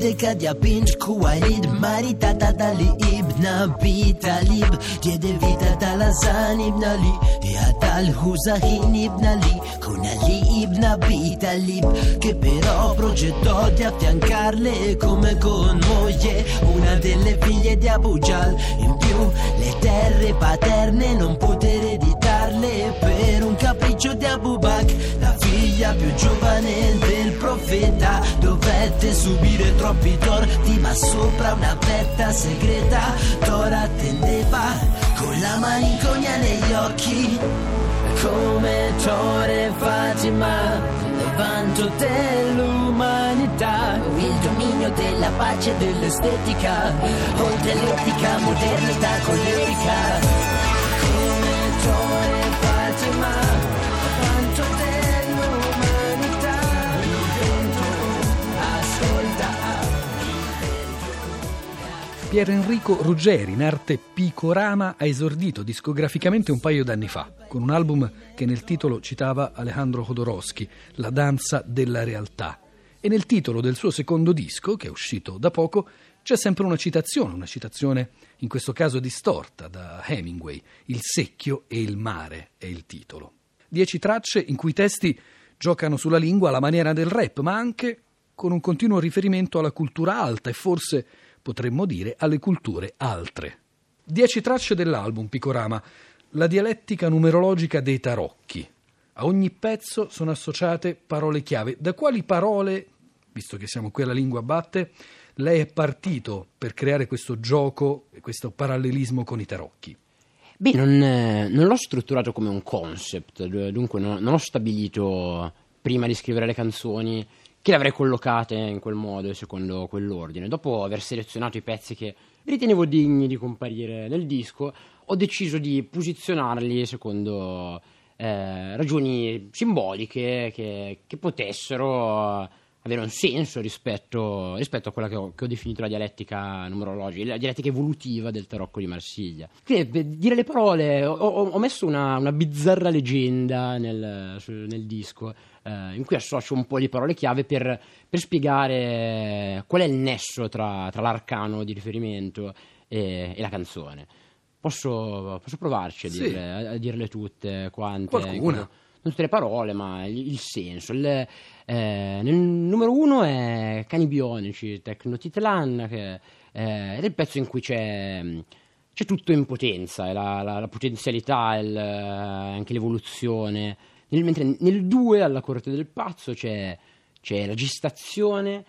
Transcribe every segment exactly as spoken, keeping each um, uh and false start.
Deka dia pinch kuwailid maritata dali ibn Abi Talib diede vita dalla San ibn Ali e Adal Husain ibn Ali con Ali ibn Abi Talib, che però progettò di affiancarle come con moglie una delle figlie di Abu Jahl. In più le terre paterne non poté ereditarle per un capriccio di Abu Bakr, la figlia più giovane del profeta. Dovette subire troppi torti, ma sopra una vetta segreta Thor attendeva con la malinconia negli occhi. Come Thor e Fatima, il vanto dell'umanità, il dominio della pace e dell'estetica, oltre l'etica, modernità con l'etica. Come Thor e Fatima, il vanto dell'umanità, il vento ascolta. Pier Enrico Ruggeri, in arte Picorama, ha esordito discograficamente un paio d'anni fa, con un album che nel titolo citava Alejandro Jodorowsky, La danza della realtà. E nel titolo del suo secondo disco, che è uscito da poco, c'è sempre una citazione, una citazione in questo caso distorta da Hemingway. Il secchio e il mare è il titolo. Dieci tracce in cui i testi giocano sulla lingua alla maniera del rap, ma anche con un continuo riferimento alla cultura alta e forse potremmo dire alle culture altre. Dieci tracce dell'album Picorama, la dialettica numerologica dei tarocchi. A ogni pezzo sono associate parole chiave. Da quali parole, visto che siamo qui alla Lingua Batte, lei è partito per creare questo gioco e questo parallelismo con i tarocchi? Beh, non, non l'ho strutturato come un concept, dunque non, non ho stabilito prima di scrivere le canzoni che le avrei collocate in quel modo e secondo quell'ordine. Dopo aver selezionato i pezzi che ritenevo degni di comparire nel disco, ho deciso di posizionarli secondo eh, ragioni simboliche che, che potessero avere un senso rispetto, rispetto a quella che ho, che ho definito la dialettica numerologica, la dialettica evolutiva del tarocco di Marsiglia. Quindi, per dire le parole, ho, ho messo una, una bizzarra leggenda nel, sul, nel disco, eh, in cui associo un po' di parole chiave per, per spiegare qual è il nesso tra, tra l'arcano di riferimento e, e la canzone. Posso, posso provarci a, Sì. dirle, a, a dirle tutte quante? Qualcuna. Non tutte le parole, ma il, il senso. Il, eh, nel numero uno è Cani Bionici, Tecnotitlan, che eh, ed è il pezzo in cui c'è, c'è tutto in potenza, è la, la, la potenzialità, il, anche l'evoluzione. Nel, mentre nel due, Alla corte del pazzo, c'è, c'è la gestazione,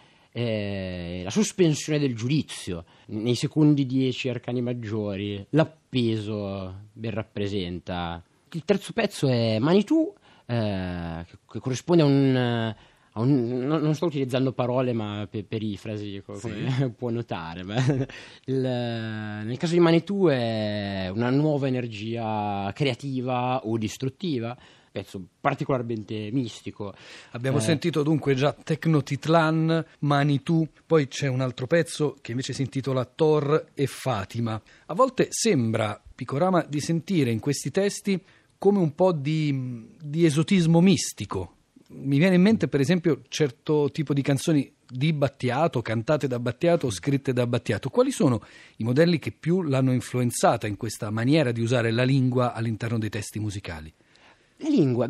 eh, la sospensione del giudizio. Nei secondi dieci arcani maggiori l'appeso ben rappresenta. Il terzo pezzo è Manitou, eh, che, che corrisponde a un, a un non, non sto utilizzando parole ma per, perifrasi, come sì. può notare, ma il, nel caso di Manitou è una nuova energia creativa o distruttiva, pezzo particolarmente mistico. Abbiamo eh, sentito dunque già Tecnotitlan, Manitou, poi c'è un altro pezzo che invece si intitola Thor e Fatima. A volte sembra, Picorama, di sentire in questi testi come un po' di, di esotismo mistico. Mi viene in mente per esempio certo tipo di canzoni di Battiato, cantate da Battiato o scritte da Battiato. Quali sono i modelli che più l'hanno influenzata in questa maniera di usare la lingua all'interno dei testi musicali? La lingua,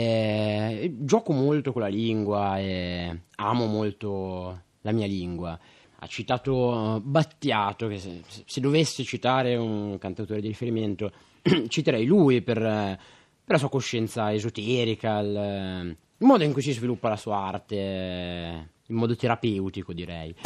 beh, gioco molto con la lingua e amo molto la mia lingua. Ha citato Battiato, che se, se dovessi citare un cantautore di riferimento citerei lui per, per la sua coscienza esoterica, il, il modo in cui si sviluppa la sua arte, in modo terapeutico, direi.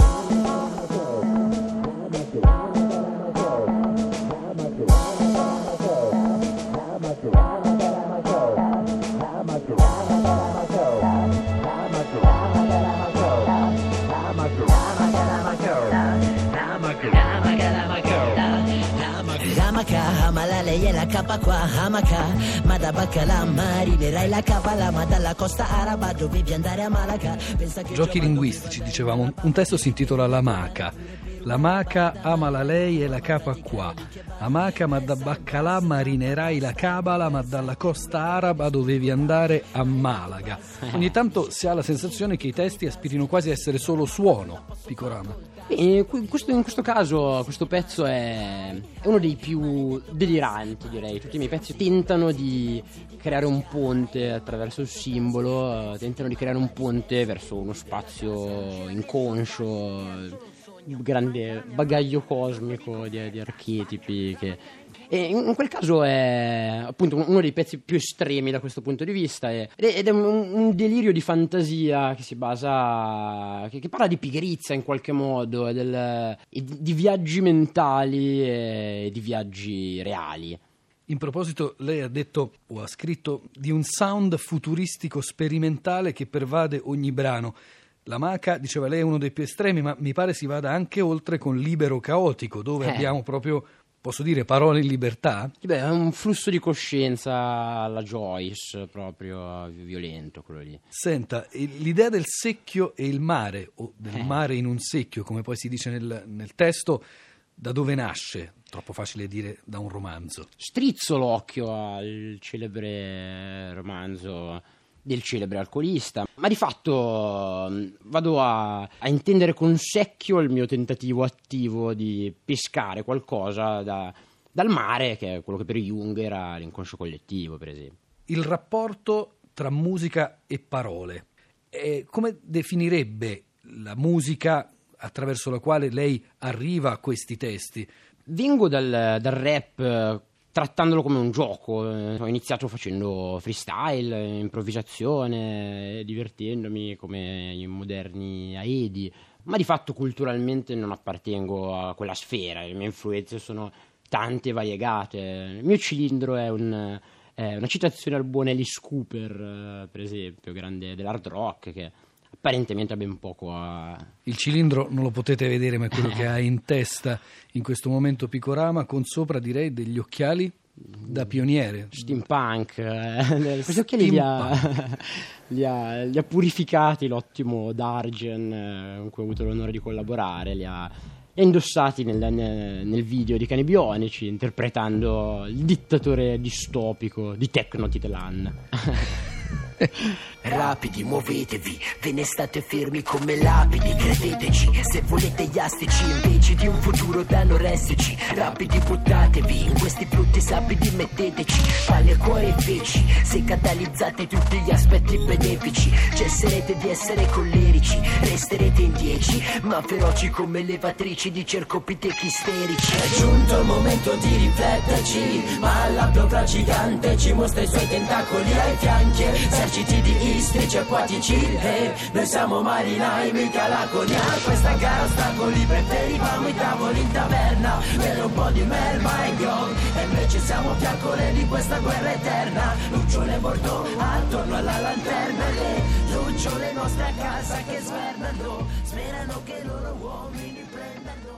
Hamala lei è la capa qua, Hamaka, ma da Baccalamma arriverai la capa, ma dalla costa araba dovevi andare a Malaga. Pensa che Giochi linguistici, dicevamo, un testo si intitola La Maca. La maca amala lei e la capa qua. Amaca, ma da baccalà marinerai la cabala, ma dalla costa araba dovevi andare a Malaga. Ogni tanto si ha la sensazione che i testi aspirino quasi a essere solo suono, Picorama. In questo, in questo caso questo pezzo è, è uno dei più deliranti, direi. Tutti i miei pezzi tentano di creare un ponte attraverso il simbolo, tentano di creare un ponte verso uno spazio inconscio, grande bagaglio cosmico di, di archetipi che... E in quel caso è appunto uno dei pezzi più estremi da questo punto di vista, ed è un, un delirio di fantasia che si basa, che, che parla di pigrizia in qualche modo, e, del, e di, di viaggi mentali e di viaggi reali. In proposito, lei ha detto o ha scritto di un sound futuristico sperimentale che pervade ogni brano. La maca, diceva lei, è uno dei più estremi, ma mi pare si vada anche oltre con Libero Caotico, dove eh. abbiamo proprio, posso dire, parole in libertà? Beh, è un flusso di coscienza alla Joyce, proprio violento quello lì. Senta, l'idea del secchio e il mare, o del eh. mare in un secchio, come poi si dice nel, nel testo, da dove nasce? Troppo facile dire da un romanzo. Strizzo l'occhio al celebre romanzo del celebre alcolista, ma di fatto vado a, a intendere con secchio il mio tentativo attivo di pescare qualcosa da, dal mare, che è quello che per Jung era l'inconscio collettivo, per esempio. Il rapporto tra musica e parole. E come definirebbe la musica attraverso la quale lei arriva a questi testi? Vengo dal, dal rap, trattandolo come un gioco. Ho iniziato facendo freestyle, improvvisazione, divertendomi come i moderni aedi, ma di fatto culturalmente non appartengo a quella sfera. Le mie influenze sono tante e variegate. Il mio cilindro è un, è una citazione al buon Alice Cooper, per esempio, grande dell'hard rock, che apparentemente ha ben poco a... Il cilindro non lo potete vedere, ma è quello che ha in testa in questo momento Picorama, con sopra, direi, degli occhiali da pioniere. Steampunk. Eh, questi occhiali li ha, li, ha, li ha purificati l'ottimo Dargen, eh, con cui ho avuto l'onore di collaborare, li ha, li ha indossati nel, nel video di Cani Bionici, interpretando il dittatore distopico di Tecno Titelan. Rapidi, muovetevi, ve ne state fermi come lapidi, credeteci, se volete gli astici invece di un futuro da anoressici. Rapidi, buttatevi, in questi brutti sapidi metteteci, palle, cuore e feci, se catalizzate tutti gli aspetti benefici, cesserete di essere collerici, resterete in dieci, ma feroci come levatrici di cercopitechi isterici. È giunto il momento di rifletterci, ma la piovra gigante ci mostra i suoi tentacoli ai fianchi, eserciti di istrici acquatici, e noi siamo marinai, mica laconia. Questa gara ostacoli, preferivamo i tavoli in taverna per un po' di merma e gong, e invece siamo fiaccole di questa guerra eterna. Lucciole morto attorno alla lanterna, le lucciole nostre a casa che svernano, sperano che i loro uomini prendano.